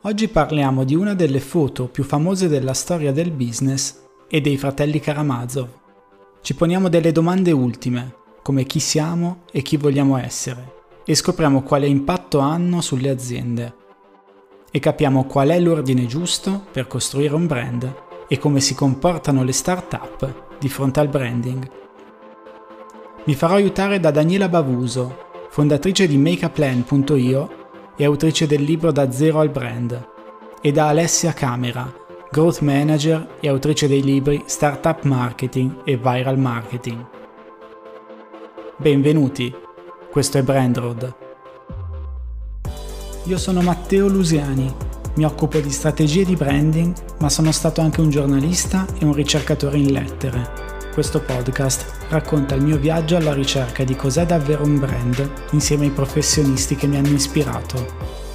Oggi parliamo di una delle foto più famose della storia del business e dei fratelli Karamazov. Ci poniamo delle domande ultime, come chi siamo e chi vogliamo essere, e scopriamo quale impatto hanno sulle aziende. E capiamo qual è l'ordine giusto per costruire un brand e come si comportano le start-up di fronte al branding. Mi farò aiutare da Daniela Bavuso, fondatrice di makeaplan.io e autrice del libro Da Zero al Brand, e da Alessia Camera, growth manager e autrice dei libri Startup Marketing e Viral Marketing. Benvenuti, questo è Brand Road. Io sono Matteo Lusiani, mi occupo di strategie di branding, ma sono stato anche un giornalista e un ricercatore in lettere. Questo podcast racconta il mio viaggio alla ricerca di cos'è davvero un brand insieme ai professionisti che mi hanno ispirato.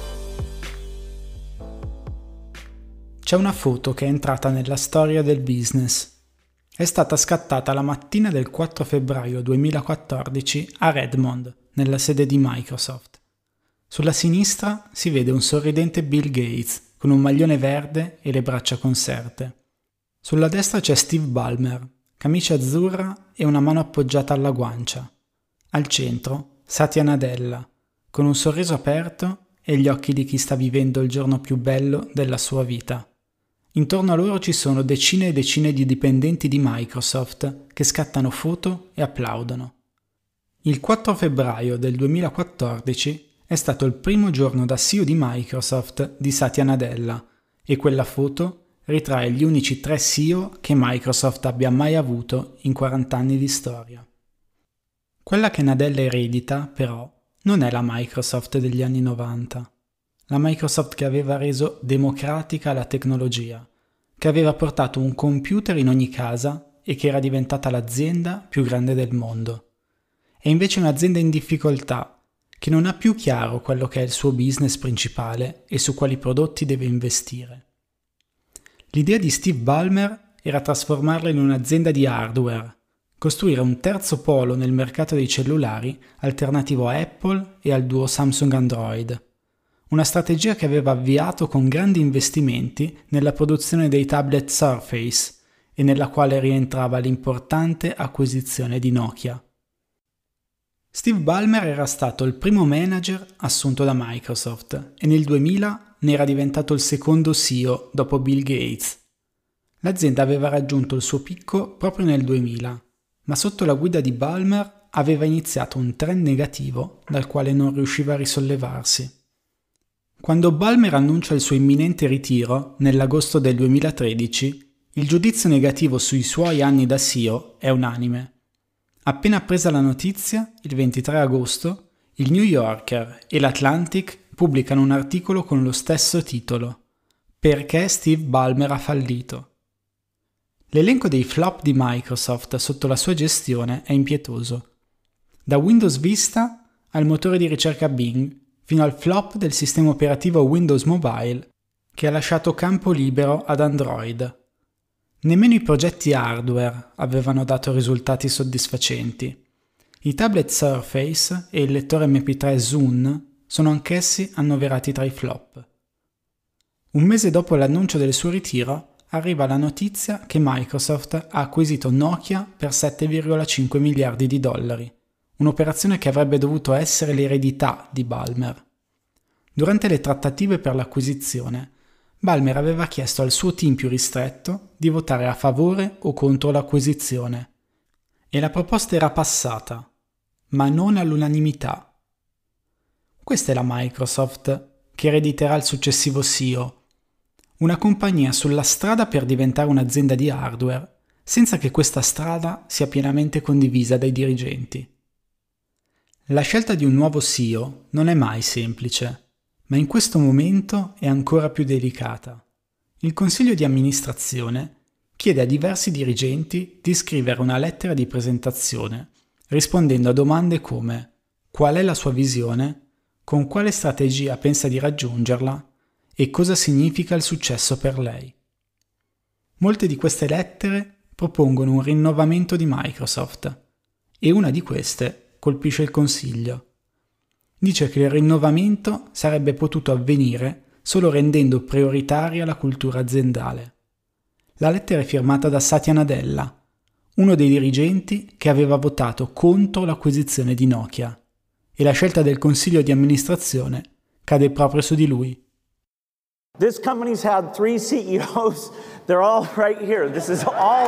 C'è una foto che è entrata nella storia del business. È stata scattata la mattina del 4 febbraio 2014 a Redmond, nella sede di Microsoft. Sulla sinistra si vede un sorridente Bill Gates con un maglione verde e le braccia conserte. Sulla destra c'è Steve Ballmer, camicia azzurra e una mano appoggiata alla guancia. Al centro, Satya Nadella, con un sorriso aperto e gli occhi di chi sta vivendo il giorno più bello della sua vita. Intorno a loro ci sono decine e decine di dipendenti di Microsoft che scattano foto e applaudono. Il 4 febbraio del 2014 è stato il primo giorno da CEO di Microsoft di Satya Nadella e quella foto ritrae gli unici 3 CEO che Microsoft abbia mai avuto in 40 anni di storia. Quella che Nadella eredita, però, non è la Microsoft degli anni 90. La Microsoft che aveva reso democratica la tecnologia, che aveva portato un computer in ogni casa e che era diventata l'azienda più grande del mondo. È invece un'azienda in difficoltà, che non ha più chiaro quello che è il suo business principale e su quali prodotti deve investire. L'idea di Steve Ballmer era trasformarla in un'azienda di hardware, costruire un terzo polo nel mercato dei cellulari alternativo a Apple e al duo Samsung Android. Una strategia che aveva avviato con grandi investimenti nella produzione dei tablet Surface e nella quale rientrava l'importante acquisizione di Nokia. Steve Ballmer era stato il primo manager assunto da Microsoft e nel 2000 ne era diventato il secondo CEO dopo Bill Gates. L'azienda aveva raggiunto il suo picco proprio nel 2000, ma sotto la guida di Ballmer aveva iniziato un trend negativo dal quale non riusciva a risollevarsi. Quando Ballmer annuncia il suo imminente ritiro, nell'agosto del 2013, il giudizio negativo sui suoi anni da CEO è unanime. Appena appresa la notizia, il 23 agosto, il New Yorker e l'Atlantic pubblicano un articolo con lo stesso titolo: Perché Steve Ballmer ha fallito. L'elenco dei flop di Microsoft sotto la sua gestione è impietoso. Da Windows Vista al motore di ricerca Bing, fino al flop del sistema operativo Windows Mobile, che ha lasciato campo libero ad Android. Nemmeno i progetti hardware avevano dato risultati soddisfacenti. I tablet Surface e il lettore MP3 Zune sono anch'essi annoverati tra i flop. Un mese dopo l'annuncio del suo ritiro, arriva la notizia che Microsoft ha acquisito Nokia per 7,5 miliardi di dollari, un'operazione che avrebbe dovuto essere l'eredità di Ballmer. Durante le trattative per l'acquisizione, Ballmer aveva chiesto al suo team più ristretto di votare a favore o contro l'acquisizione, e la proposta era passata, ma non all'unanimità. Questa è la Microsoft che erediterà il successivo CEO, una compagnia sulla strada per diventare un'azienda di hardware, senza che questa strada sia pienamente condivisa dai dirigenti. La scelta di un nuovo CEO non è mai semplice, ma in questo momento è ancora più delicata. Il consiglio di amministrazione chiede a diversi dirigenti di scrivere una lettera di presentazione, rispondendo a domande come: qual è la sua visione? Con quale strategia pensa di raggiungerla e cosa significa il successo per lei. Molte di queste lettere propongono un rinnovamento di Microsoft e una di queste colpisce il consiglio. Dice che il rinnovamento sarebbe potuto avvenire solo rendendo prioritaria la cultura aziendale. La lettera è firmata da Satya Nadella, uno dei dirigenti che aveva votato contro l'acquisizione di Nokia, e la scelta del consiglio di amministrazione cade proprio su di lui. This company's had 3 CEOs. They're all right here. This is all...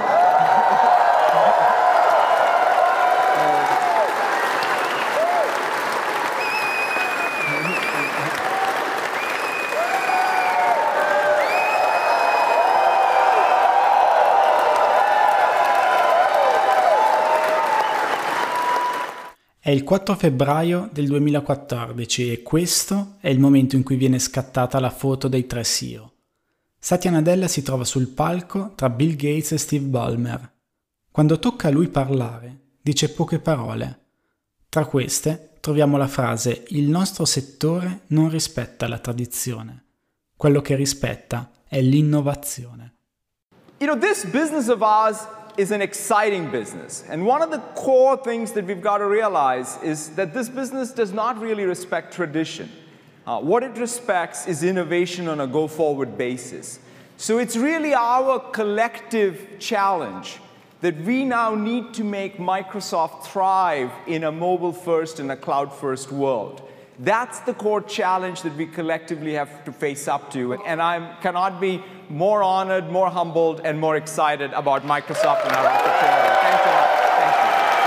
È il 4 febbraio del 2014 e questo è il momento in cui viene scattata la foto dei 3 CEO. Satya Nadella si trova sul palco tra Bill Gates e Steve Ballmer. Quando tocca a lui parlare, dice poche parole. Tra queste troviamo la frase «Il nostro settore non rispetta la tradizione. Quello che rispetta è l'innovazione». This business of ours is an exciting business. And one of the core things that we've got to realize is that this business does not really respect tradition. What it respects is innovation on a go-forward basis. So it's really our collective challenge that we now need to make Microsoft thrive in a mobile-first and a cloud-first world. That's the core challenge that we collectively have to face up to. And I cannot be more honored, more humbled, and more excited about Microsoft and our opportunity. Thank you. Thank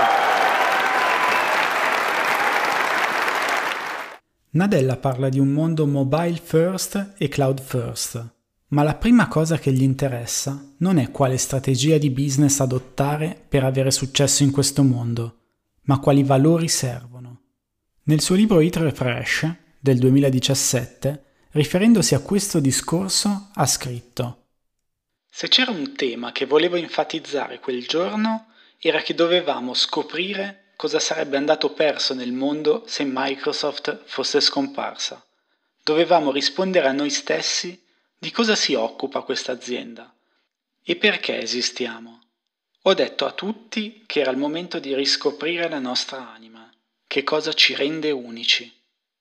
you. Nadella parla di un mondo mobile first e cloud first, ma la prima cosa che gli interessa non è quale strategia di business adottare per avere successo in questo mondo, ma quali valori servono. Nel suo libro Eat Refresh del 2017, riferendosi a questo discorso, ha scritto: «Se c'era un tema che volevo enfatizzare quel giorno era che dovevamo scoprire cosa sarebbe andato perso nel mondo se Microsoft fosse scomparsa. Dovevamo rispondere a noi stessi di cosa si occupa questa azienda e perché esistiamo. Ho detto a tutti che era il momento di riscoprire la nostra anima. Che cosa ci rende unici?»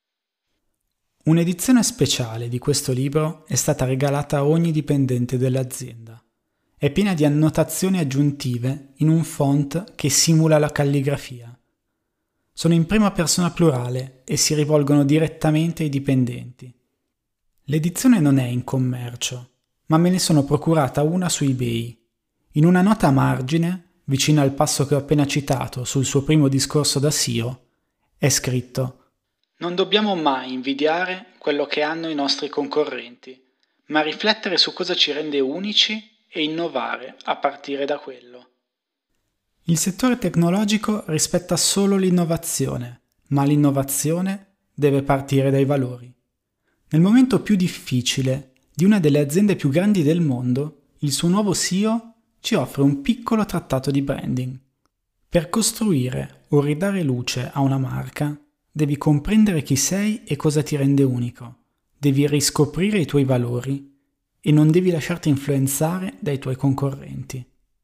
Un'edizione speciale di questo libro è stata regalata a ogni dipendente dell'azienda. È piena di annotazioni aggiuntive in un font che simula la calligrafia. Sono in prima persona plurale e si rivolgono direttamente ai dipendenti. L'edizione non è in commercio, ma me ne sono procurata una su eBay. In una nota a margine, vicino al passo che ho appena citato sul suo primo discorso da CEO, è scritto: «Non dobbiamo mai invidiare quello che hanno i nostri concorrenti, ma riflettere su cosa ci rende unici e innovare a partire da quello». Il settore tecnologico rispetta solo l'innovazione, ma l'innovazione deve partire dai valori. Nel momento più difficile di una delle aziende più grandi del mondo, il suo nuovo CEO ci offre un piccolo trattato di branding. Per costruire o ridare luce a una marca, devi comprendere chi sei e cosa ti rende unico. Devi riscoprire i tuoi valori e non devi lasciarti influenzare dai tuoi concorrenti.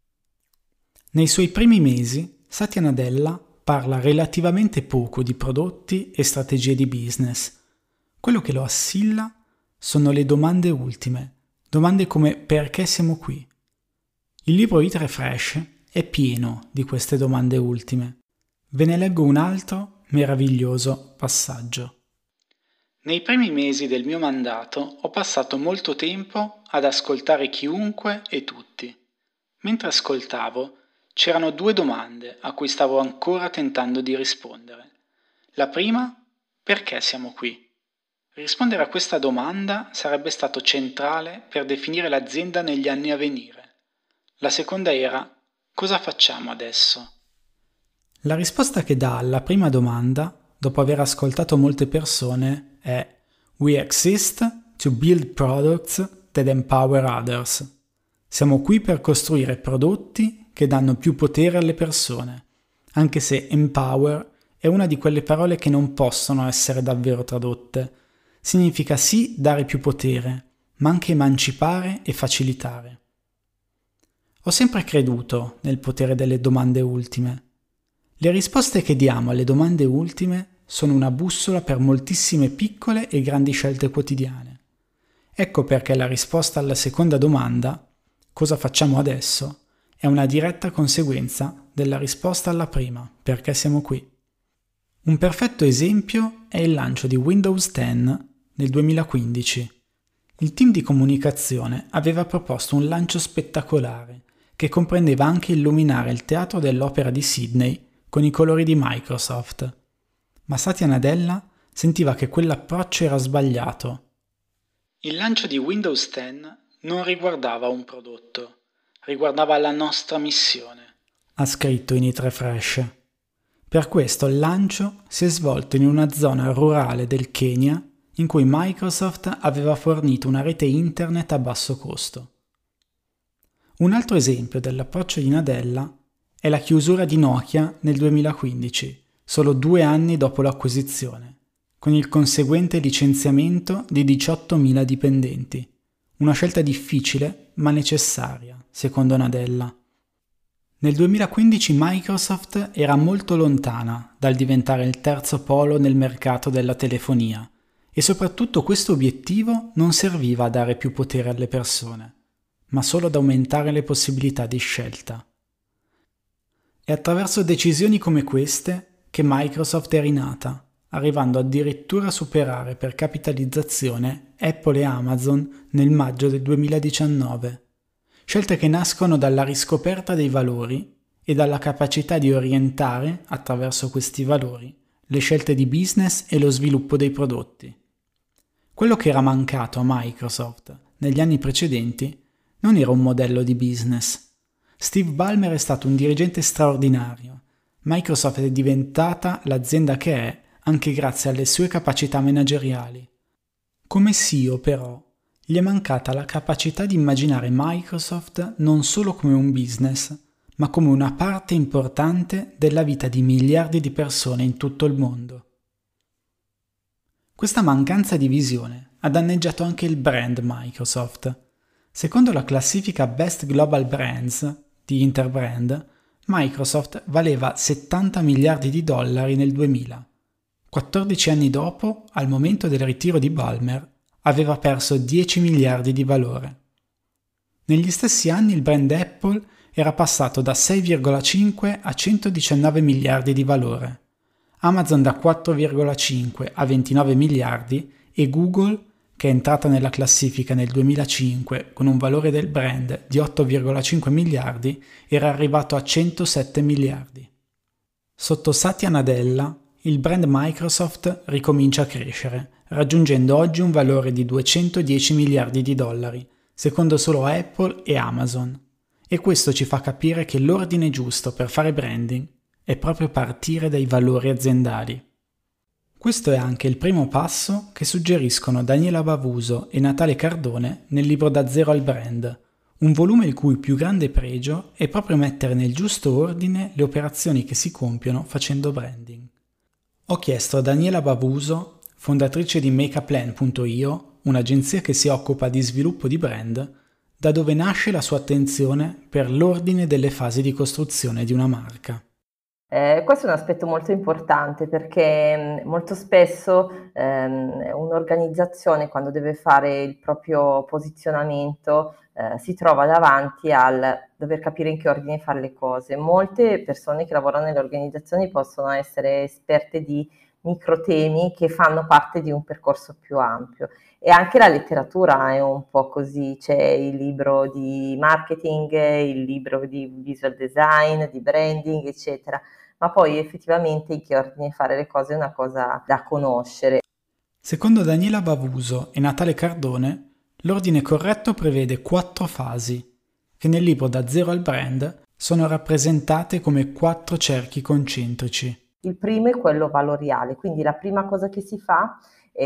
Nei suoi primi mesi, Satya Nadella parla relativamente poco di prodotti e strategie di business. Quello che lo assilla sono le domande ultime, domande come perché siamo qui. Il libro Eat Refresh è pieno di queste domande ultime. Ve ne leggo un altro meraviglioso passaggio. Nei primi mesi del mio mandato ho passato molto tempo ad ascoltare chiunque e tutti. Mentre ascoltavo, c'erano 2 domande a cui stavo ancora tentando di rispondere. La prima, perché siamo qui? Rispondere a questa domanda sarebbe stato centrale per definire l'azienda negli anni a venire. La seconda era, cosa facciamo adesso? La risposta che dà alla prima domanda, dopo aver ascoltato molte persone, è We exist to build products that empower others. Siamo qui per costruire prodotti che danno più potere alle persone, anche se empower è una di quelle parole che non possono essere davvero tradotte. Significa sì dare più potere, ma anche emancipare e facilitare. Ho sempre creduto nel potere delle domande ultime. Le risposte che diamo alle domande ultime sono una bussola per moltissime piccole e grandi scelte quotidiane. Ecco perché la risposta alla seconda domanda, cosa facciamo adesso, è una diretta conseguenza della risposta alla prima, perché siamo qui. Un perfetto esempio è il lancio di Windows 10 nel 2015. Il team di comunicazione aveva proposto un lancio spettacolare che comprendeva anche illuminare il teatro dell'Opera di Sydney con i colori di Microsoft. Ma Satya Nadella sentiva che quell'approccio era sbagliato. Il lancio di Windows 10 non riguardava un prodotto, riguardava la nostra missione, ha scritto in Eat Refresh. Per questo il lancio si è svolto in una zona rurale del Kenya in cui Microsoft aveva fornito una rete internet a basso costo. Un altro esempio dell'approccio di Nadella è la chiusura di Nokia nel 2015, solo 2 anni dopo l'acquisizione, con il conseguente licenziamento di 18.000 dipendenti. Una scelta difficile ma necessaria, secondo Nadella. Nel 2015 Microsoft era molto lontana dal diventare il terzo polo nel mercato della telefonia e soprattutto questo obiettivo non serviva a dare più potere alle persone, ma solo ad aumentare le possibilità di scelta. È attraverso decisioni come queste che Microsoft è rinata, arrivando addirittura a superare per capitalizzazione Apple e Amazon nel maggio del 2019. Scelte che nascono dalla riscoperta dei valori e dalla capacità di orientare, attraverso questi valori, le scelte di business e lo sviluppo dei prodotti. Quello che era mancato a Microsoft negli anni precedenti non era un modello di business. Steve Ballmer è stato un dirigente straordinario. Microsoft è diventata l'azienda che è anche grazie alle sue capacità manageriali. Come CEO, però, gli è mancata la capacità di immaginare Microsoft non solo come un business, ma come una parte importante della vita di miliardi di persone in tutto il mondo. Questa mancanza di visione ha danneggiato anche il brand Microsoft. Secondo la classifica Best Global Brands di Interbrand, Microsoft valeva 70 miliardi di dollari nel 2000. 14 anni dopo, al momento del ritiro di Ballmer, aveva perso 10 miliardi di valore. Negli stessi anni il brand Apple era passato da 6,5 a 119 miliardi di valore, Amazon da 4,5 a 29 miliardi e Google, che è entrata nella classifica nel 2005 con un valore del brand di 8,5 miliardi, era arrivato a 107 miliardi. Sotto Satya Nadella, il brand Microsoft ricomincia a crescere, raggiungendo oggi un valore di 210 miliardi di dollari, secondo solo Apple e Amazon. E questo ci fa capire che l'ordine giusto per fare branding è proprio partire dai valori aziendali. Questo è anche il primo passo che suggeriscono Daniela Bavuso e Natale Cardone nel libro Da zero al brand, un volume il cui più grande pregio è proprio mettere nel giusto ordine le operazioni che si compiono facendo branding. Ho chiesto a Daniela Bavuso, fondatrice di Makeaplan.io, un'agenzia che si occupa di sviluppo di brand, da dove nasce la sua attenzione per l'ordine delle fasi di costruzione di una marca. Questo è un aspetto molto importante perché molto spesso un'organizzazione quando deve fare il proprio posizionamento si trova davanti al dover capire in che ordine fare le cose. Molte persone che lavorano nelle organizzazioni possono essere esperte di microtemi che fanno parte di un percorso più ampio. E anche la letteratura è un po' così, c'è il libro di marketing, il libro di visual design, di branding, eccetera, ma poi effettivamente in che ordine fare le cose è una cosa da conoscere. Secondo Daniela Bavuso e Natale Cardone, l'ordine corretto prevede 4 fasi, che nel libro Da zero al brand sono rappresentate come 4 cerchi concentrici. Il primo è quello valoriale, quindi la prima cosa che si fa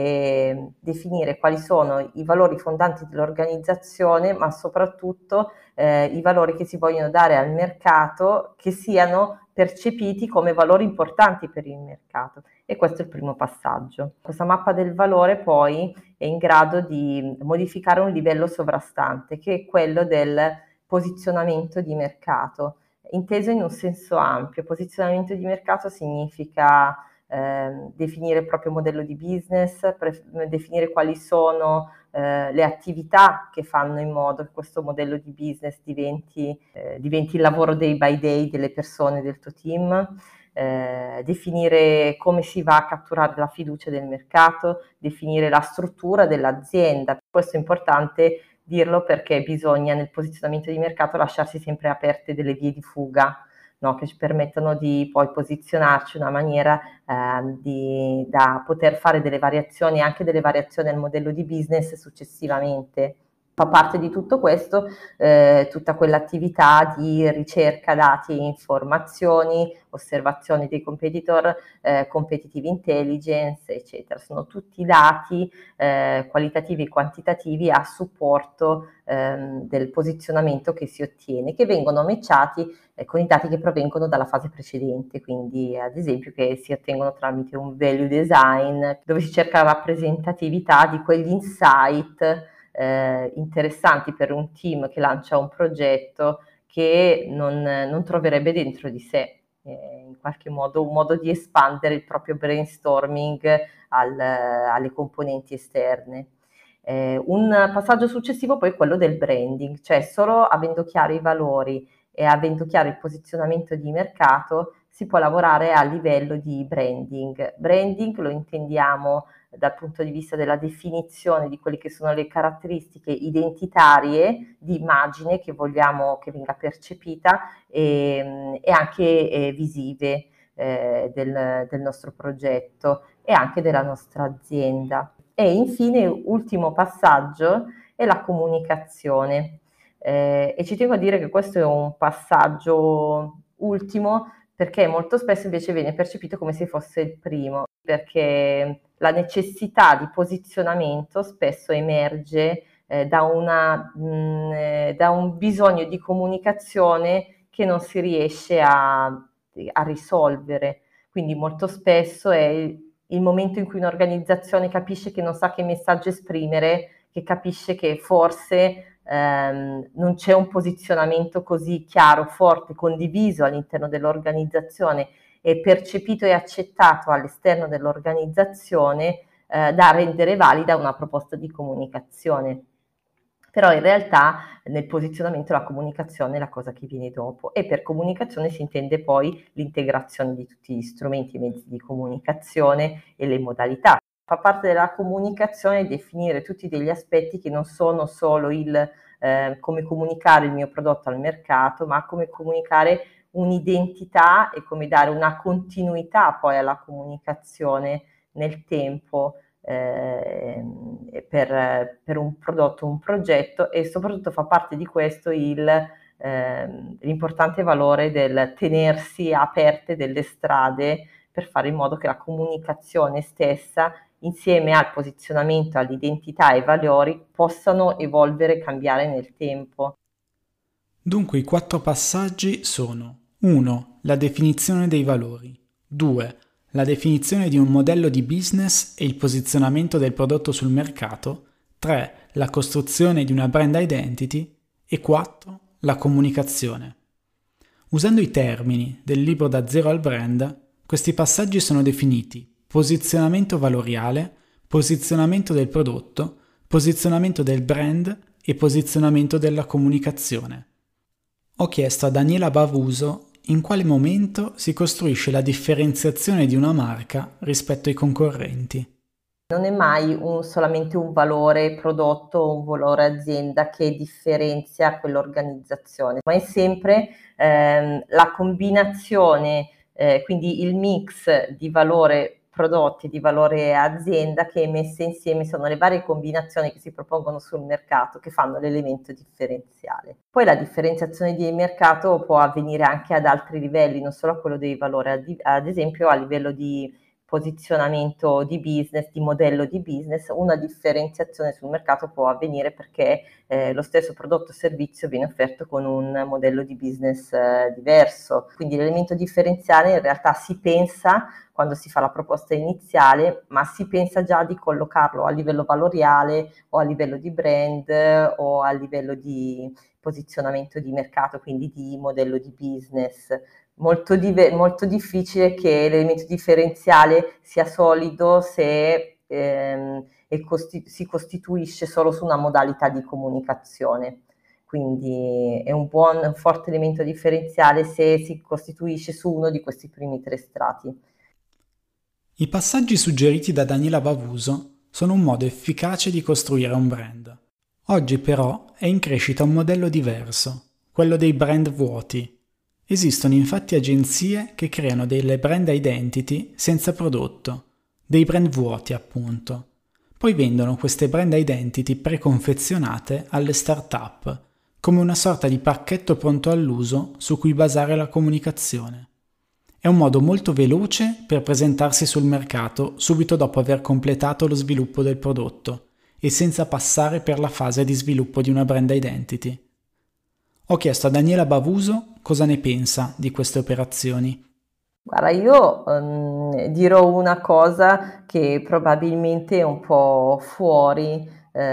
è definire quali sono i valori fondanti dell'organizzazione, ma soprattutto i valori che si vogliono dare al mercato che siano percepiti come valori importanti per il mercato. E questo è il primo passaggio. Questa mappa del valore poi è in grado di modificare un livello sovrastante, che è quello del posizionamento di mercato. Inteso in un senso ampio, posizionamento di mercato significa definire il proprio modello di business, definire quali sono le attività che fanno in modo che questo modello di business diventi il lavoro day by day delle persone del tuo team, definire come si va a catturare la fiducia del mercato, definire la struttura dell'azienda. Questo è importante dirlo perché bisogna nel posizionamento di mercato lasciarsi sempre aperte delle vie di fuga, no, che ci permettono di poi posizionarci in una maniera da poter fare delle variazioni, anche delle variazioni al modello di business successivamente. Fa parte di tutto questo tutta quell'attività di ricerca dati e informazioni, osservazioni dei competitor, competitive intelligence, eccetera. Sono tutti dati qualitativi e quantitativi a supporto del posizionamento che si ottiene, che vengono matchati con i dati che provengono dalla fase precedente, quindi ad esempio che si ottengono tramite un value design, dove si cerca la rappresentatività di quegli insight interessanti per un team che lancia un progetto che non troverebbe dentro di sé, in qualche modo un modo di espandere il proprio brainstorming alle componenti esterne. Un passaggio successivo poi è quello del branding, cioè solo avendo chiari i valori e avendo chiaro il posizionamento di mercato si può lavorare a livello di branding. Branding lo intendiamo dal punto di vista della definizione di quelle che sono le caratteristiche identitarie di immagine che vogliamo che venga percepita e anche visive del nostro progetto e anche della nostra azienda. E infine, ultimo passaggio è la comunicazione. E ci tengo a dire che questo è un passaggio ultimo perché molto spesso invece viene percepito come se fosse il primo, perché la necessità di posizionamento spesso emerge da un bisogno di comunicazione che non si riesce a risolvere. Quindi molto spesso è il momento in cui un'organizzazione capisce che non sa che messaggio esprimere, che capisce che forse non c'è un posizionamento così chiaro, forte, condiviso all'interno dell'organizzazione e percepito e accettato all'esterno dell'organizzazione da rendere valida una proposta di comunicazione. Però in realtà nel posizionamento la comunicazione è la cosa che viene dopo e per comunicazione si intende poi l'integrazione di tutti gli strumenti, i mezzi di comunicazione e le modalità. Fa parte della comunicazione definire tutti degli aspetti che non sono solo come comunicare il mio prodotto al mercato, ma come comunicare un'identità e come dare una continuità poi alla comunicazione nel tempo per un prodotto, un progetto e soprattutto fa parte di questo l'importante valore del tenersi aperte delle strade per fare in modo che la comunicazione stessa insieme al posizionamento, all'identità e ai valori possano evolvere e cambiare nel tempo. Dunque i 4 passaggi sono 1. La definizione dei valori, 2. La definizione di un modello di business e il posizionamento del prodotto sul mercato, 3. La costruzione di una brand identity e 4. La comunicazione. Usando i termini del libro Da zero al brand, questi passaggi sono definiti posizionamento valoriale, posizionamento del prodotto, posizionamento del brand e posizionamento della comunicazione. Ho chiesto a Daniela Bavuso in quale momento si costruisce la differenziazione di una marca rispetto ai concorrenti. Non è mai solamente un valore prodotto o un valore azienda che differenzia quell'organizzazione, ma è sempre la combinazione, quindi il mix di valore prodotti e di valore azienda che messe insieme sono le varie combinazioni che si propongono sul mercato che fanno l'elemento differenziale. Poi la differenziazione di mercato può avvenire anche ad altri livelli, non solo a quello dei valori, ad esempio a livello di posizionamento di business, di modello di business, una differenziazione sul mercato può avvenire perché lo stesso prodotto o servizio viene offerto con un modello di business diverso. Quindi l'elemento differenziale in realtà si pensa quando si fa la proposta iniziale, ma si pensa già di collocarlo a livello valoriale o a livello di brand o a livello di posizionamento di mercato, quindi di modello di business. Molto difficile che l'elemento differenziale sia solido se si costituisce solo su una modalità di comunicazione. Quindi è un buon, forte elemento differenziale se si costituisce su uno di questi primi 3 strati. I passaggi suggeriti da Daniela Bavuso sono un modo efficace di costruire un brand. Oggi però è in crescita un modello diverso, quello dei brand vuoti. Esistono infatti agenzie che creano delle brand identity senza prodotto, dei brand vuoti appunto. Poi vendono queste brand identity preconfezionate alle start-up, come una sorta di pacchetto pronto all'uso su cui basare la comunicazione. È un modo molto veloce per presentarsi sul mercato subito dopo aver completato lo sviluppo del prodotto e senza passare per la fase di sviluppo di una brand identity. Ho chiesto a Daniela Bavuso cosa ne pensa di queste operazioni. Guarda, io dirò una cosa che probabilmente è un po' fuori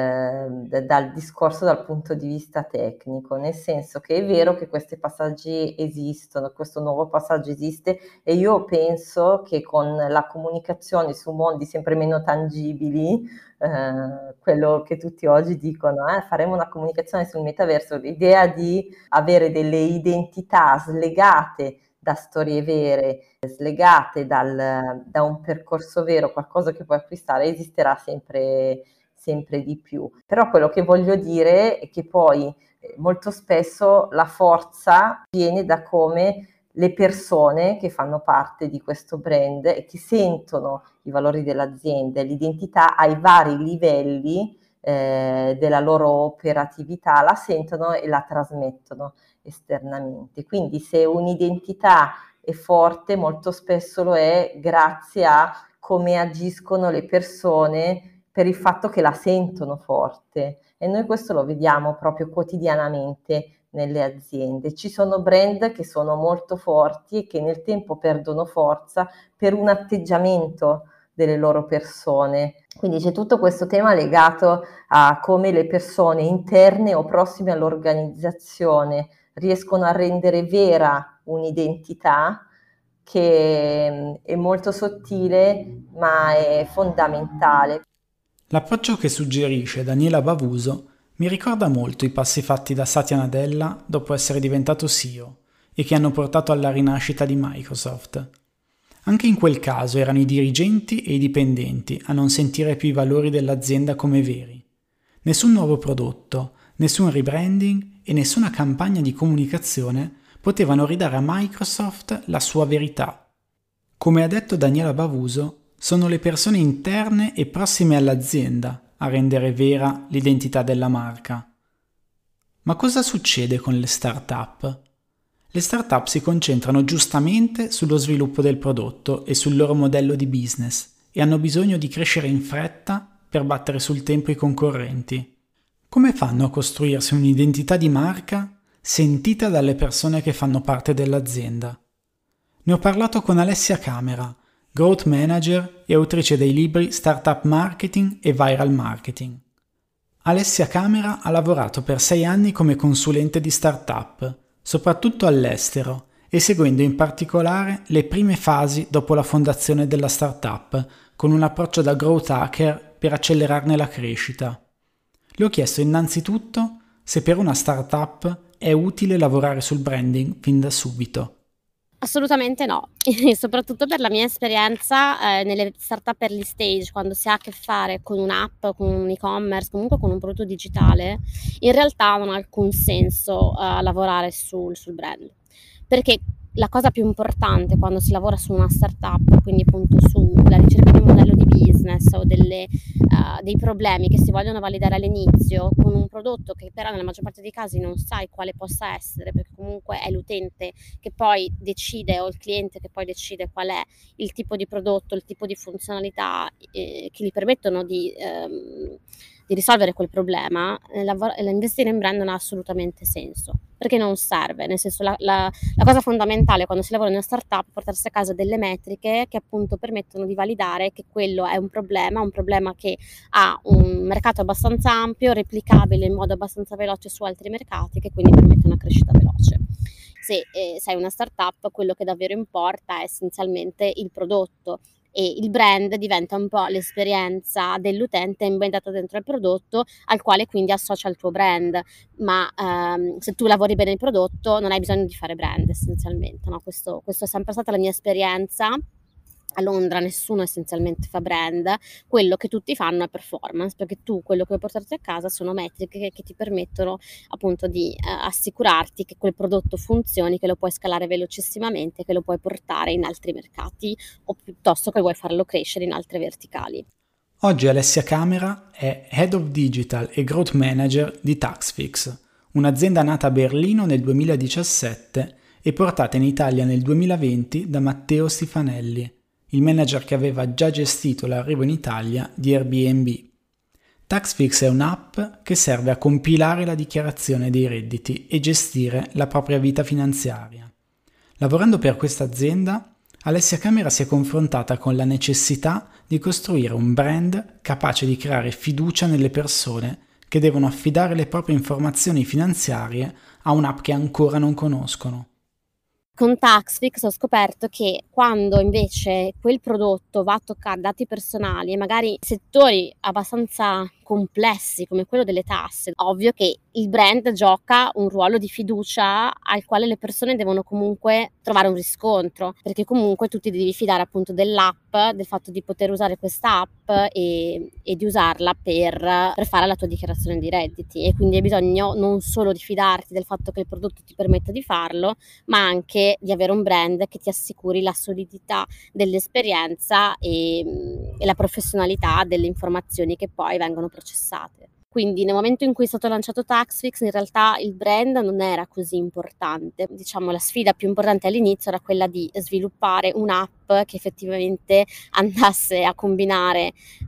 dal discorso dal punto di vista tecnico, nel senso che è vero che questi passaggi esistono, questo nuovo passaggio esiste e io penso che con la comunicazione su mondi sempre meno tangibili, quello che tutti oggi dicono, faremo una comunicazione sul metaverso, l'idea di avere delle identità slegate da storie vere, slegate da un percorso vero, qualcosa che puoi acquistare, esisterà sempre di più. Però quello che voglio dire è che poi molto spesso la forza viene da come le persone che fanno parte di questo brand e che sentono i valori dell'azienda e l'identità ai vari livelli della loro operatività, la sentono e la trasmettono esternamente. Quindi se un'identità è forte, molto spesso lo è grazie a come agiscono le persone per il fatto che la sentono forte, e noi questo lo vediamo proprio quotidianamente nelle aziende. Ci sono brand che sono molto forti e che nel tempo perdono forza per un atteggiamento delle loro persone. Quindi c'è tutto questo tema legato a come le persone interne o prossime all'organizzazione riescono a rendere vera un'identità che è molto sottile ma è fondamentale. L'approccio che suggerisce Daniela Bavuso mi ricorda molto i passi fatti da Satya Nadella dopo essere diventato CEO e che hanno portato alla rinascita di Microsoft. Anche in quel caso erano i dirigenti e i dipendenti a non sentire più i valori dell'azienda come veri. Nessun nuovo prodotto, nessun rebranding e nessuna campagna di comunicazione potevano ridare a Microsoft la sua verità. Come ha detto Daniela Bavuso, sono le persone interne e prossime all'azienda a rendere vera l'identità della marca. Ma cosa succede con le start-up? Le start-up si concentrano giustamente sullo sviluppo del prodotto e sul loro modello di business e hanno bisogno di crescere in fretta per battere sul tempo i concorrenti. Come fanno a costruirsi un'identità di marca sentita dalle persone che fanno parte dell'azienda? Ne ho parlato con Alessia Camera, Growth Manager e autrice dei libri Startup Marketing e Viral Marketing. Alessia Camera ha lavorato per 6 anni come consulente di startup, soprattutto all'estero, e seguendo in particolare le prime fasi dopo la fondazione della startup, con un approccio da growth hacker per accelerarne la crescita. Le ho chiesto innanzitutto se per una startup è utile lavorare sul branding fin da subito. Assolutamente no, e soprattutto per la mia esperienza nelle startup early stage, quando si ha a che fare con un'app, con un e-commerce, comunque con un prodotto digitale, in realtà non ha alcun senso lavorare sul brand, perché la cosa più importante quando si lavora su una startup, quindi appunto sulla ricerca di un modello di business o dei problemi che si vogliono validare all'inizio con un prodotto che però nella maggior parte dei casi non sai quale possa essere, perché comunque è l'utente che poi decide o il cliente che poi decide qual è il tipo di prodotto, il tipo di funzionalità che gli permettono di risolvere quel problema, investire in brand non ha assolutamente senso, perché non serve, nel senso la cosa fondamentale quando si lavora in una startup è portarsi a casa delle metriche che appunto permettono di validare che quello è un problema che ha un mercato abbastanza ampio, replicabile in modo abbastanza veloce su altri mercati, che quindi permette una crescita veloce. Se sei una startup, quello che davvero importa è essenzialmente il prodotto, e il brand diventa un po' l'esperienza dell'utente embeddata dentro il prodotto, al quale quindi associa il tuo brand, ma se tu lavori bene il prodotto non hai bisogno di fare brand essenzialmente, no? Questo è sempre stata la mia esperienza. A Londra nessuno essenzialmente fa brand, quello che tutti fanno è performance, perché tu quello che vuoi portarti a casa sono metriche che ti permettono appunto di assicurarti che quel prodotto funzioni, che lo puoi scalare velocissimamente, che lo puoi portare in altri mercati o piuttosto che vuoi farlo crescere in altre verticali. Oggi Alessia Camera è Head of Digital e Growth Manager di Taxfix, un'azienda nata a Berlino nel 2017 e portata in Italia nel 2020 da Matteo Stifanelli, il manager che aveva già gestito l'arrivo in Italia di Airbnb. Taxfix è un'app che serve a compilare la dichiarazione dei redditi e gestire la propria vita finanziaria. Lavorando per questa azienda, Alessia Camera si è confrontata con la necessità di costruire un brand capace di creare fiducia nelle persone che devono affidare le proprie informazioni finanziarie a un'app che ancora non conoscono. Con Taxfix ho scoperto che quando invece quel prodotto va a toccare dati personali e magari settori abbastanza complessi come quello delle tasse, ovvio che il brand gioca un ruolo di fiducia al quale le persone devono comunque trovare un riscontro, perché comunque tu ti devi fidare appunto dell'app, del fatto di poter usare questa app e di usarla per fare la tua dichiarazione di redditi, e quindi hai bisogno non solo di fidarti del fatto che il prodotto ti permetta di farlo, ma anche di avere un brand che ti assicuri la solidità dell'esperienza e la professionalità delle informazioni che poi vengono processate. Quindi nel momento in cui è stato lanciato Taxfix, in realtà il brand non era così importante. Diciamo la sfida più importante all'inizio era quella di sviluppare un'app che effettivamente andasse a combinare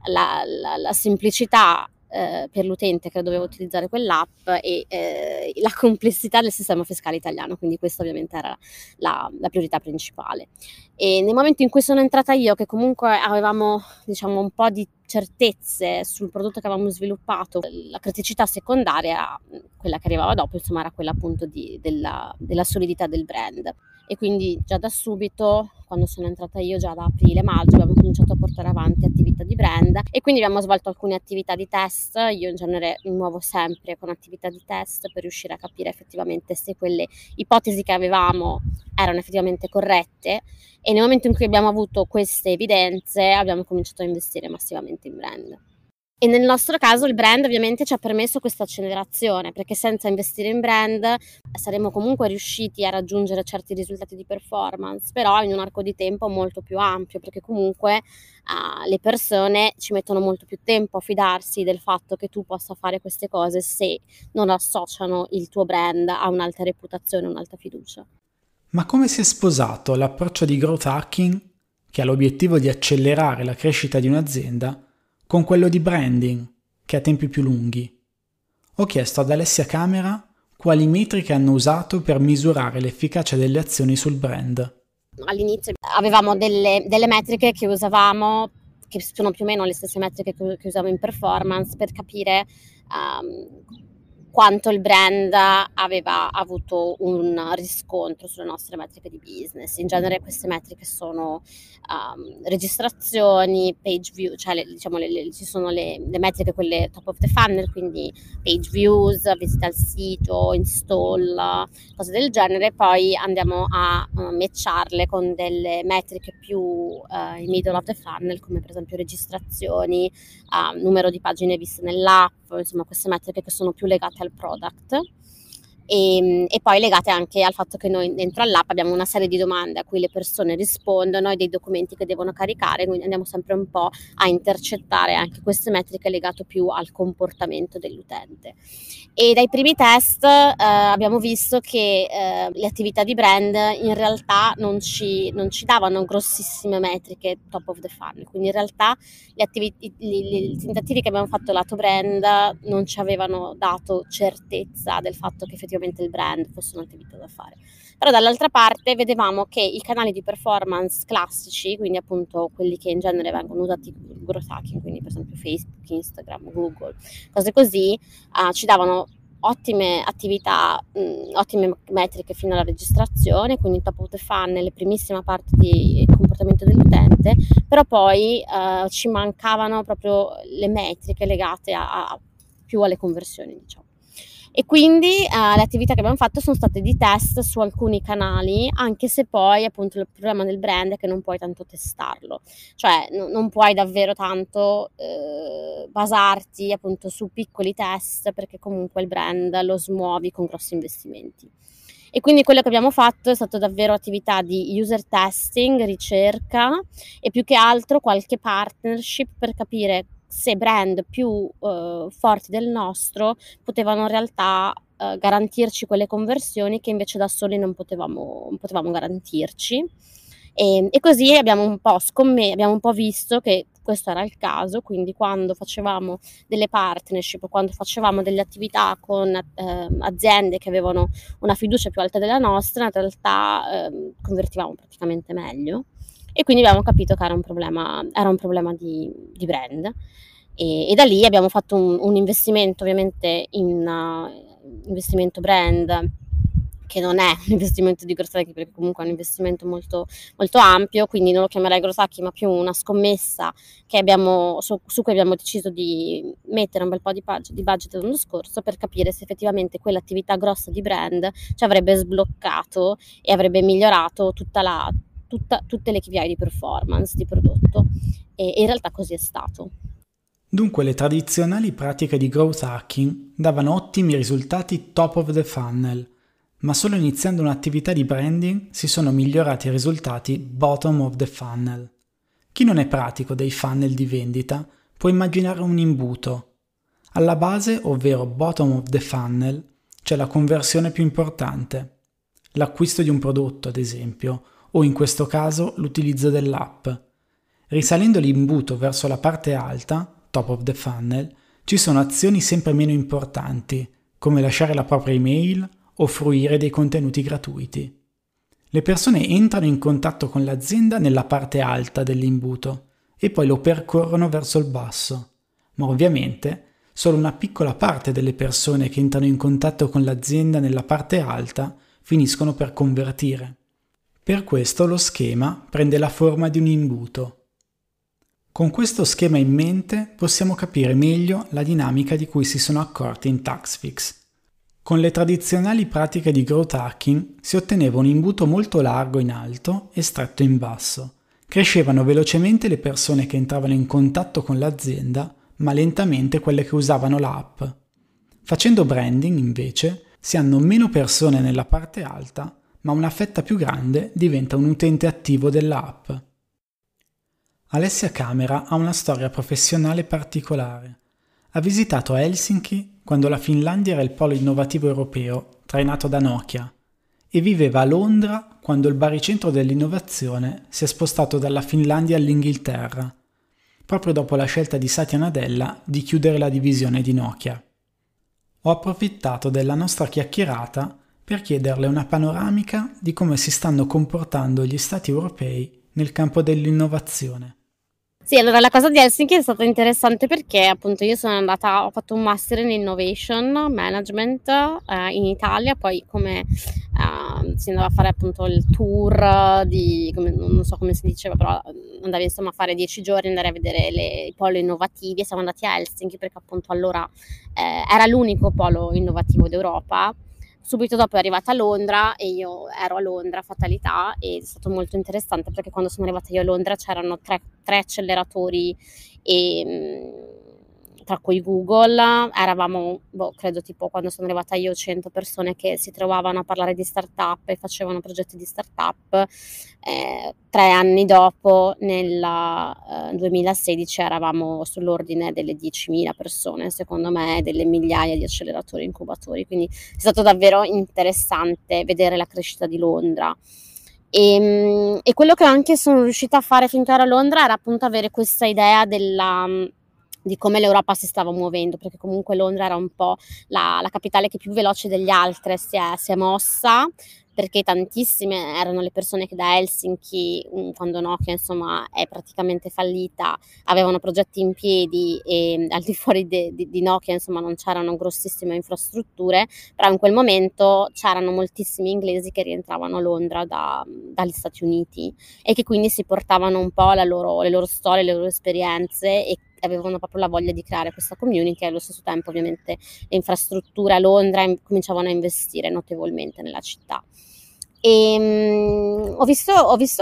la semplicità per l'utente che doveva utilizzare quell'app e la complessità del sistema fiscale italiano, quindi questa ovviamente era la priorità principale. E nel momento in cui sono entrata io, che comunque avevamo diciamo un po' di certezze sul prodotto che avevamo sviluppato, la criticità secondaria, quella che arrivava dopo, insomma, era quella appunto della solidità del brand. E quindi già da subito, quando sono entrata io, già da aprile-maggio, abbiamo cominciato a portare avanti attività di brand e quindi abbiamo svolto alcune attività di test. Io in genere mi muovo sempre con attività di test per riuscire a capire effettivamente se quelle ipotesi che avevamo erano effettivamente corrette, e nel momento in cui abbiamo avuto queste evidenze abbiamo cominciato a investire massivamente in brand. E nel nostro caso il brand ovviamente ci ha permesso questa accelerazione, perché senza investire in brand saremmo comunque riusciti a raggiungere certi risultati di performance, però in un arco di tempo molto più ampio, perché comunque le persone ci mettono molto più tempo a fidarsi del fatto che tu possa fare queste cose se non associano il tuo brand a un'alta reputazione, un'alta fiducia. Ma come si è sposato l'approccio di growth hacking, che ha l'obiettivo di accelerare la crescita di un'azienda, con quello di branding, che ha tempi più lunghi? Ho chiesto ad Alessia Camera quali metriche hanno usato per misurare l'efficacia delle azioni sul brand. All'inizio avevamo delle metriche che usavamo, che sono più o meno le stesse metriche che usavo in performance, per capire quanto il brand aveva avuto un riscontro sulle nostre metriche di business. In genere queste metriche sono registrazioni, page view, cioè ci sono le metriche, quelle top of the funnel, quindi page views, visita al sito, install, cose del genere. Poi andiamo a matcharle con delle metriche più in middle of the funnel, come per esempio registrazioni, numero di pagine viste nell'app, insomma queste metriche che sono più legate al product e poi legate anche al fatto che noi dentro all'app abbiamo una serie di domande a cui le persone rispondono e dei documenti che devono caricare, quindi andiamo sempre un po' a intercettare anche queste metriche legate più al comportamento dell'utente. E dai primi test abbiamo visto che le attività di brand in realtà non ci davano grossissime metriche top of the funnel, quindi in realtà i tentativi che abbiamo fatto lato brand non ci avevano dato certezza del fatto che effettivamente il brand fosse un'attività da fare. Però dall'altra parte vedevamo che i canali di performance classici, quindi appunto quelli che in genere vengono usati in growth hacking, quindi per esempio Facebook, Instagram, Google, cose così, ci davano ottime attività, ottime metriche fino alla registrazione, quindi top of the funnel, le primissima parte di comportamento dell'utente, però poi ci mancavano proprio le metriche legate più alle conversioni, diciamo. E quindi le attività che abbiamo fatto sono state di test su alcuni canali, anche se poi appunto il problema del brand è che non puoi tanto testarlo, cioè non puoi davvero tanto basarti appunto su piccoli test, perché comunque il brand lo smuovi con grossi investimenti. E quindi quello che abbiamo fatto è stato davvero attività di user testing, ricerca e più che altro qualche partnership per capire se brand più forti del nostro potevano in realtà garantirci quelle conversioni che invece da soli non potevamo garantirci. E così abbiamo un po' visto che questo era il caso, quindi quando facevamo delle partnership, quando facevamo delle attività con aziende che avevano una fiducia più alta della nostra, in realtà convertivamo praticamente meglio. E quindi abbiamo capito che era un problema di brand. E da lì abbiamo fatto un investimento ovviamente in investimento brand, che non è un investimento di growth hacking, perché comunque è un investimento molto, molto ampio, quindi non lo chiamerei growth hacking, ma più una scommessa che su cui abbiamo deciso di mettere un bel po' di budget l'anno scorso, per capire se effettivamente quell'attività grossa di brand ci avrebbe sbloccato e avrebbe migliorato tutte le KPI di performance di prodotto, e in realtà così è stato. Dunque le tradizionali pratiche di growth hacking davano ottimi risultati top of the funnel, ma solo iniziando un'attività di branding si sono migliorati i risultati bottom of the funnel. Chi non è pratico dei funnel di vendita può immaginare un imbuto. Alla base, ovvero bottom of the funnel, c'è la conversione più importante, l'acquisto di un prodotto ad esempio, o in questo caso l'utilizzo dell'app. Risalendo l'imbuto verso la parte alta, top of the funnel, ci sono azioni sempre meno importanti, come lasciare la propria email o fruire dei contenuti gratuiti. Le persone entrano in contatto con l'azienda nella parte alta dell'imbuto e poi lo percorrono verso il basso, ma ovviamente solo una piccola parte delle persone che entrano in contatto con l'azienda nella parte alta finiscono per convertire. Per questo lo schema prende la forma di un imbuto. Con questo schema in mente possiamo capire meglio la dinamica di cui si sono accorti in Taxfix. Con le tradizionali pratiche di growth hacking si otteneva un imbuto molto largo in alto e stretto in basso. Crescevano velocemente le persone che entravano in contatto con l'azienda, ma lentamente quelle che usavano l'app. Facendo branding, invece, si hanno meno persone nella parte alta, ma una fetta più grande diventa un utente attivo dell'app. Alessia Camera ha una storia professionale particolare. Ha visitato Helsinki quando la Finlandia era il polo innovativo europeo, trainato da Nokia, e viveva a Londra quando il baricentro dell'innovazione si è spostato dalla Finlandia all'Inghilterra, proprio dopo la scelta di Satya Nadella di chiudere la divisione di Nokia. Ho approfittato della nostra chiacchierata per chiederle una panoramica di come si stanno comportando gli stati europei nel campo dell'innovazione. Sì, allora la cosa di Helsinki è stata interessante perché appunto io ho fatto un master in Innovation Management in Italia, poi come si andava a fare appunto il tour non so come si diceva, però andavi insomma a fare 10 giorni, andare a vedere i poli innovativi, e siamo andati a Helsinki perché appunto allora era l'unico polo innovativo d'Europa. Subito dopo è arrivata a Londra e io ero a Londra, fatalità, ed è stato molto interessante perché quando sono arrivata io a Londra c'erano tre acceleratori, tra cui Google. Eravamo, credo tipo quando sono arrivata io, 100 persone che si trovavano a parlare di startup e facevano progetti di startup. 3 anni dopo, nel 2016, eravamo sull'ordine delle 10.000 persone, secondo me, delle migliaia di acceleratori e incubatori, quindi è stato davvero interessante vedere la crescita di Londra. E quello che anche sono riuscita a fare finché ero a Londra era appunto avere questa idea di come l'Europa si stava muovendo, perché comunque Londra era un po' la capitale che più veloce degli altri si è mossa, perché tantissime erano le persone che da Helsinki, quando Nokia insomma è praticamente fallita, avevano progetti in piedi e al di fuori di Nokia insomma non c'erano grossissime infrastrutture, però in quel momento c'erano moltissimi inglesi che rientravano a Londra dagli Stati Uniti e che quindi si portavano un po' le loro storie, le loro esperienze e avevano proprio la voglia di creare questa community e allo stesso tempo ovviamente le infrastrutture a Londra cominciavano a investire notevolmente nella città. E ho visto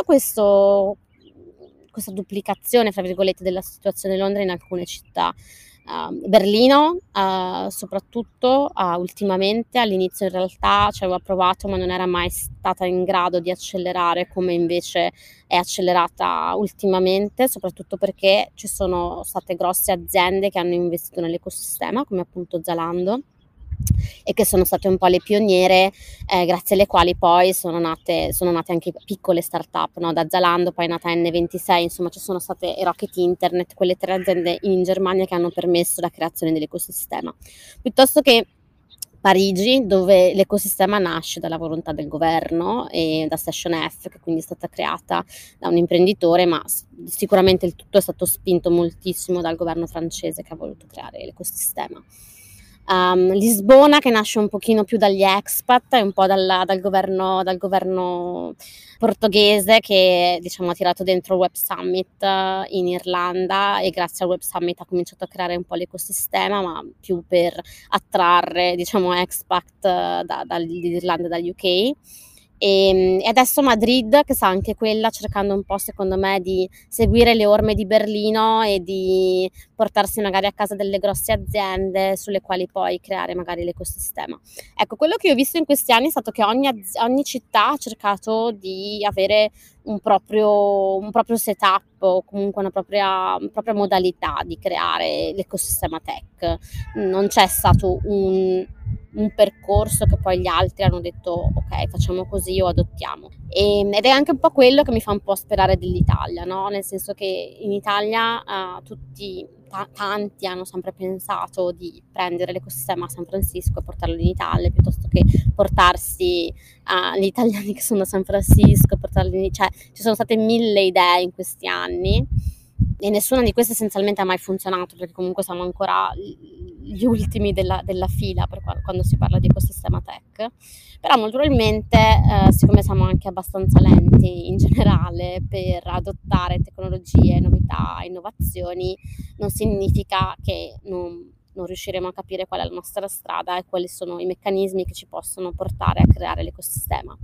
questa duplicazione, fra virgolette, della situazione di Londra in alcune città. Berlino soprattutto ultimamente, all'inizio in realtà ci aveva provato ma non era mai stata in grado di accelerare come invece è accelerata ultimamente, soprattutto perché ci sono state grosse aziende che hanno investito nell'ecosistema come appunto Zalando e che sono state un po' le pioniere, grazie alle quali poi sono nate anche piccole start-up, no? Da Zalando poi è nata N26, insomma ci sono state Rocket Internet, quelle 3 aziende in Germania che hanno permesso la creazione dell'ecosistema, piuttosto che Parigi, dove l'ecosistema nasce dalla volontà del governo e da Station F, che quindi è stata creata da un imprenditore, ma sicuramente il tutto è stato spinto moltissimo dal governo francese che ha voluto creare l'ecosistema. Lisbona, che nasce un pochino più dagli expat e un po' dal governo portoghese, che diciamo ha tirato dentro il Web Summit in Irlanda e grazie al Web Summit ha cominciato a creare un po' l'ecosistema, ma più per attrarre diciamo expat dall'Irlanda e dagli UK. E adesso Madrid, che sta anche quella cercando un po' secondo me di seguire le orme di Berlino e di portarsi magari a casa delle grosse aziende sulle quali poi creare magari l'ecosistema. Ecco, quello che ho visto in questi anni è stato che ogni città ha cercato di avere un proprio setup o comunque una propria modalità di creare l'ecosistema tech. Non c'è stato un percorso che poi gli altri hanno detto ok, facciamo così o adottiamo, ed è anche un po' quello che mi fa un po' sperare dell'Italia, no? Nel senso che in Italia tanti hanno sempre pensato di prendere l'ecosistema a San Francisco e portarlo in Italia piuttosto che portarsi gli italiani che sono a San Francisco, cioè ci sono state 1000 idee in questi anni e nessuna di queste essenzialmente ha mai funzionato, perché comunque siamo ancora gli ultimi della fila quando si parla di ecosistema tech, però molto probabilmente siccome siamo anche abbastanza lenti in generale per adottare tecnologie, novità, innovazioni, non significa che non riusciremo a capire qual è la nostra strada e quali sono i meccanismi che ci possono portare a creare l'ecosistema.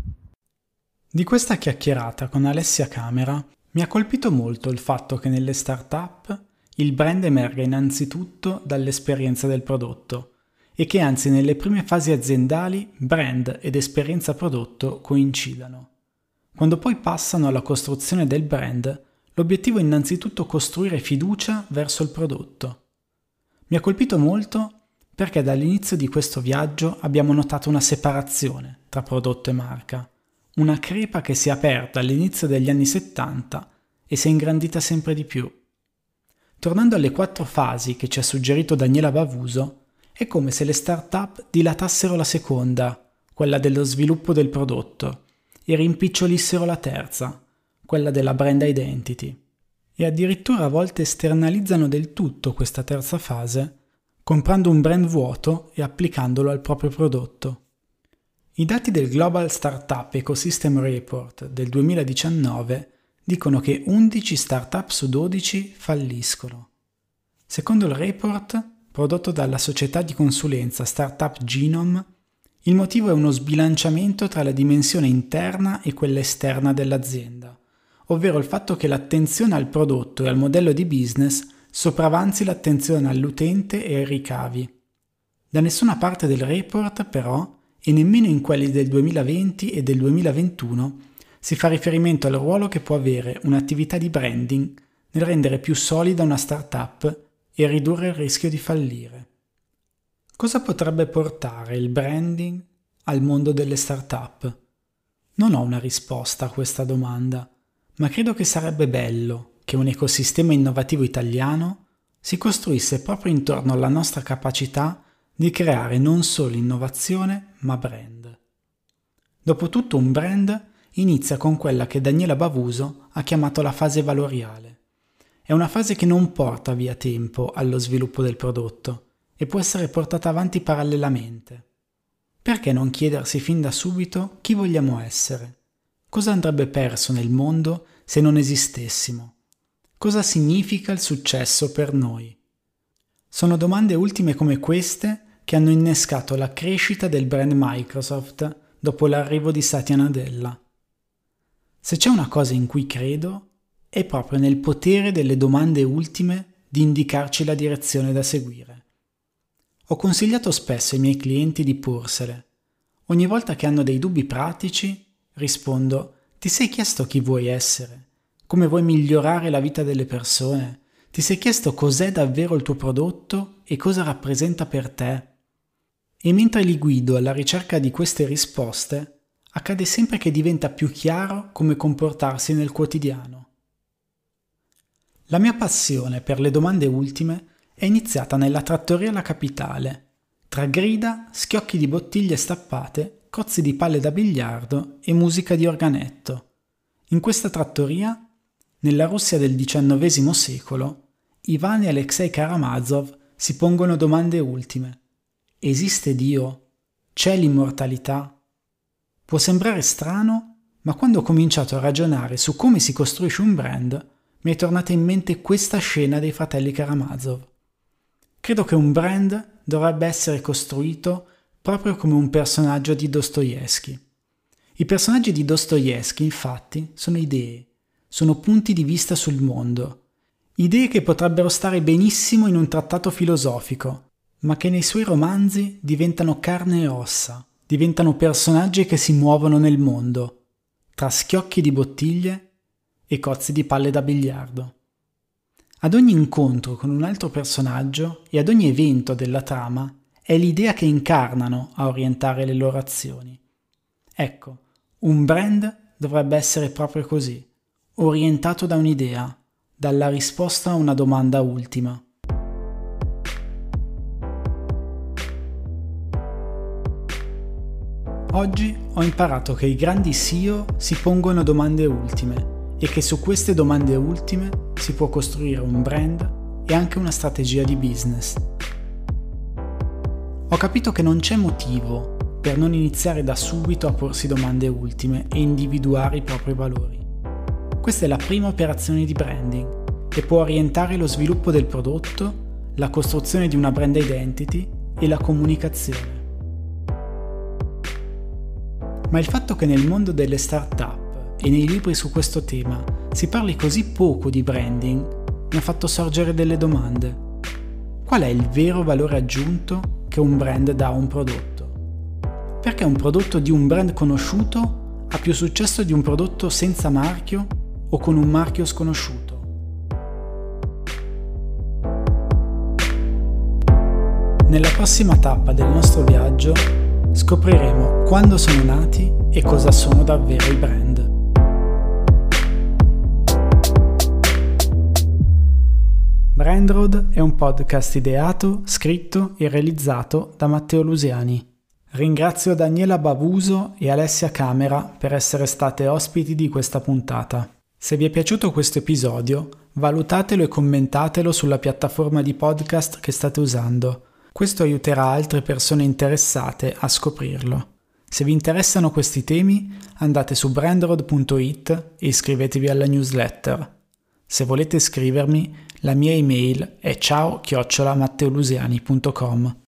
Di questa chiacchierata con Alessia Camera mi ha colpito molto il fatto che nelle start-up il brand emerga innanzitutto dall'esperienza del prodotto e che anzi nelle prime fasi aziendali brand ed esperienza prodotto coincidano. Quando poi passano alla costruzione del brand, l'obiettivo è innanzitutto costruire fiducia verso il prodotto. Mi ha colpito molto perché dall'inizio di questo viaggio abbiamo notato una separazione tra prodotto e marca, una crepa che si è aperta all'inizio degli anni 70 e si è ingrandita sempre di più. Tornando alle 4 fasi che ci ha suggerito Daniela Bavuso, è come se le start-up dilatassero la seconda, quella dello sviluppo del prodotto, e rimpicciolissero la terza, quella della brand identity. E addirittura a volte esternalizzano del tutto questa terza fase, comprando un brand vuoto e applicandolo al proprio prodotto. I dati del Global Startup Ecosystem Report del 2019 dicono che 11 startup su 12 falliscono. Secondo il report, prodotto dalla società di consulenza Startup Genome, il motivo è uno sbilanciamento tra la dimensione interna e quella esterna dell'azienda, ovvero il fatto che l'attenzione al prodotto e al modello di business sopravanzi l'attenzione all'utente e ai ricavi. Da nessuna parte del report, però, e nemmeno in quelli del 2020 e del 2021, si fa riferimento al ruolo che può avere un'attività di branding nel rendere più solida una startup e ridurre il rischio di fallire. Cosa potrebbe portare il branding al mondo delle startup? Non ho una risposta a questa domanda, ma credo che sarebbe bello che un ecosistema innovativo italiano si costruisse proprio intorno alla nostra capacità di creare non solo innovazione, ma brand. Dopotutto un brand inizia con quella che Daniela Bavuso ha chiamato la fase valoriale. È una fase che non porta via tempo allo sviluppo del prodotto e può essere portata avanti parallelamente. Perché non chiedersi fin da subito chi vogliamo essere? Cosa andrebbe perso nel mondo se non esistessimo? Cosa significa il successo per noi? Sono domande ultime come queste che hanno innescato la crescita del brand Microsoft dopo l'arrivo di Satya Nadella. Se c'è una cosa in cui credo, è proprio nel potere delle domande ultime di indicarci la direzione da seguire. Ho consigliato spesso ai miei clienti di porsele. Ogni volta che hanno dei dubbi pratici, rispondo: ti sei chiesto chi vuoi essere? Come vuoi migliorare la vita delle persone? Ti sei chiesto cos'è davvero il tuo prodotto e cosa rappresenta per te? E mentre li guido alla ricerca di queste risposte, accade sempre che diventa più chiaro come comportarsi nel quotidiano. La mia passione per le domande ultime è iniziata nella trattoria La Capitale, tra grida, schiocchi di bottiglie stappate, cozzi di palle da biliardo e musica di organetto. In questa trattoria, nella Russia del XIX secolo, Ivan e Alexei Karamazov si pongono domande ultime. Esiste Dio? C'è l'immortalità? Può sembrare strano, ma quando ho cominciato a ragionare su come si costruisce un brand, mi è tornata in mente questa scena dei fratelli Karamazov. Credo che un brand dovrebbe essere costruito proprio come un personaggio di Dostoevskij. I personaggi di Dostoevskij, infatti, sono idee, sono punti di vista sul mondo, idee che potrebbero stare benissimo in un trattato filosofico, ma che nei suoi romanzi diventano carne e ossa, diventano personaggi che si muovono nel mondo, tra schiocchi di bottiglie e cozzi di palle da biliardo. Ad ogni incontro con un altro personaggio e ad ogni evento della trama è l'idea che incarnano a orientare le loro azioni. Ecco, un brand dovrebbe essere proprio così, orientato da un'idea, dalla risposta a una domanda ultima. Oggi ho imparato che i grandi CEO si pongono domande ultime e che su queste domande ultime si può costruire un brand e anche una strategia di business. Ho capito che non c'è motivo per non iniziare da subito a porsi domande ultime e individuare i propri valori. Questa è la prima operazione di branding che può orientare lo sviluppo del prodotto, la costruzione di una brand identity e la comunicazione. Ma il fatto che nel mondo delle start-up e nei libri su questo tema si parli così poco di branding mi ha fatto sorgere delle domande. Qual è il vero valore aggiunto che un brand dà a un prodotto? Perché un prodotto di un brand conosciuto ha più successo di un prodotto senza marchio o con un marchio sconosciuto? Nella prossima tappa del nostro viaggio scopriremo quando sono nati e cosa sono davvero i brand. Brandroad è un podcast ideato, scritto e realizzato da Matteo Lusiani. Ringrazio Daniela Bavuso e Alessia Camera per essere state ospiti di questa puntata. Se vi è piaciuto questo episodio, valutatelo e commentatelo sulla piattaforma di podcast che state usando. Questo aiuterà altre persone interessate a scoprirlo. Se vi interessano questi temi, andate su brandroad.it e iscrivetevi alla newsletter. Se volete scrivermi, la mia email è ciao@matteolusiani.com.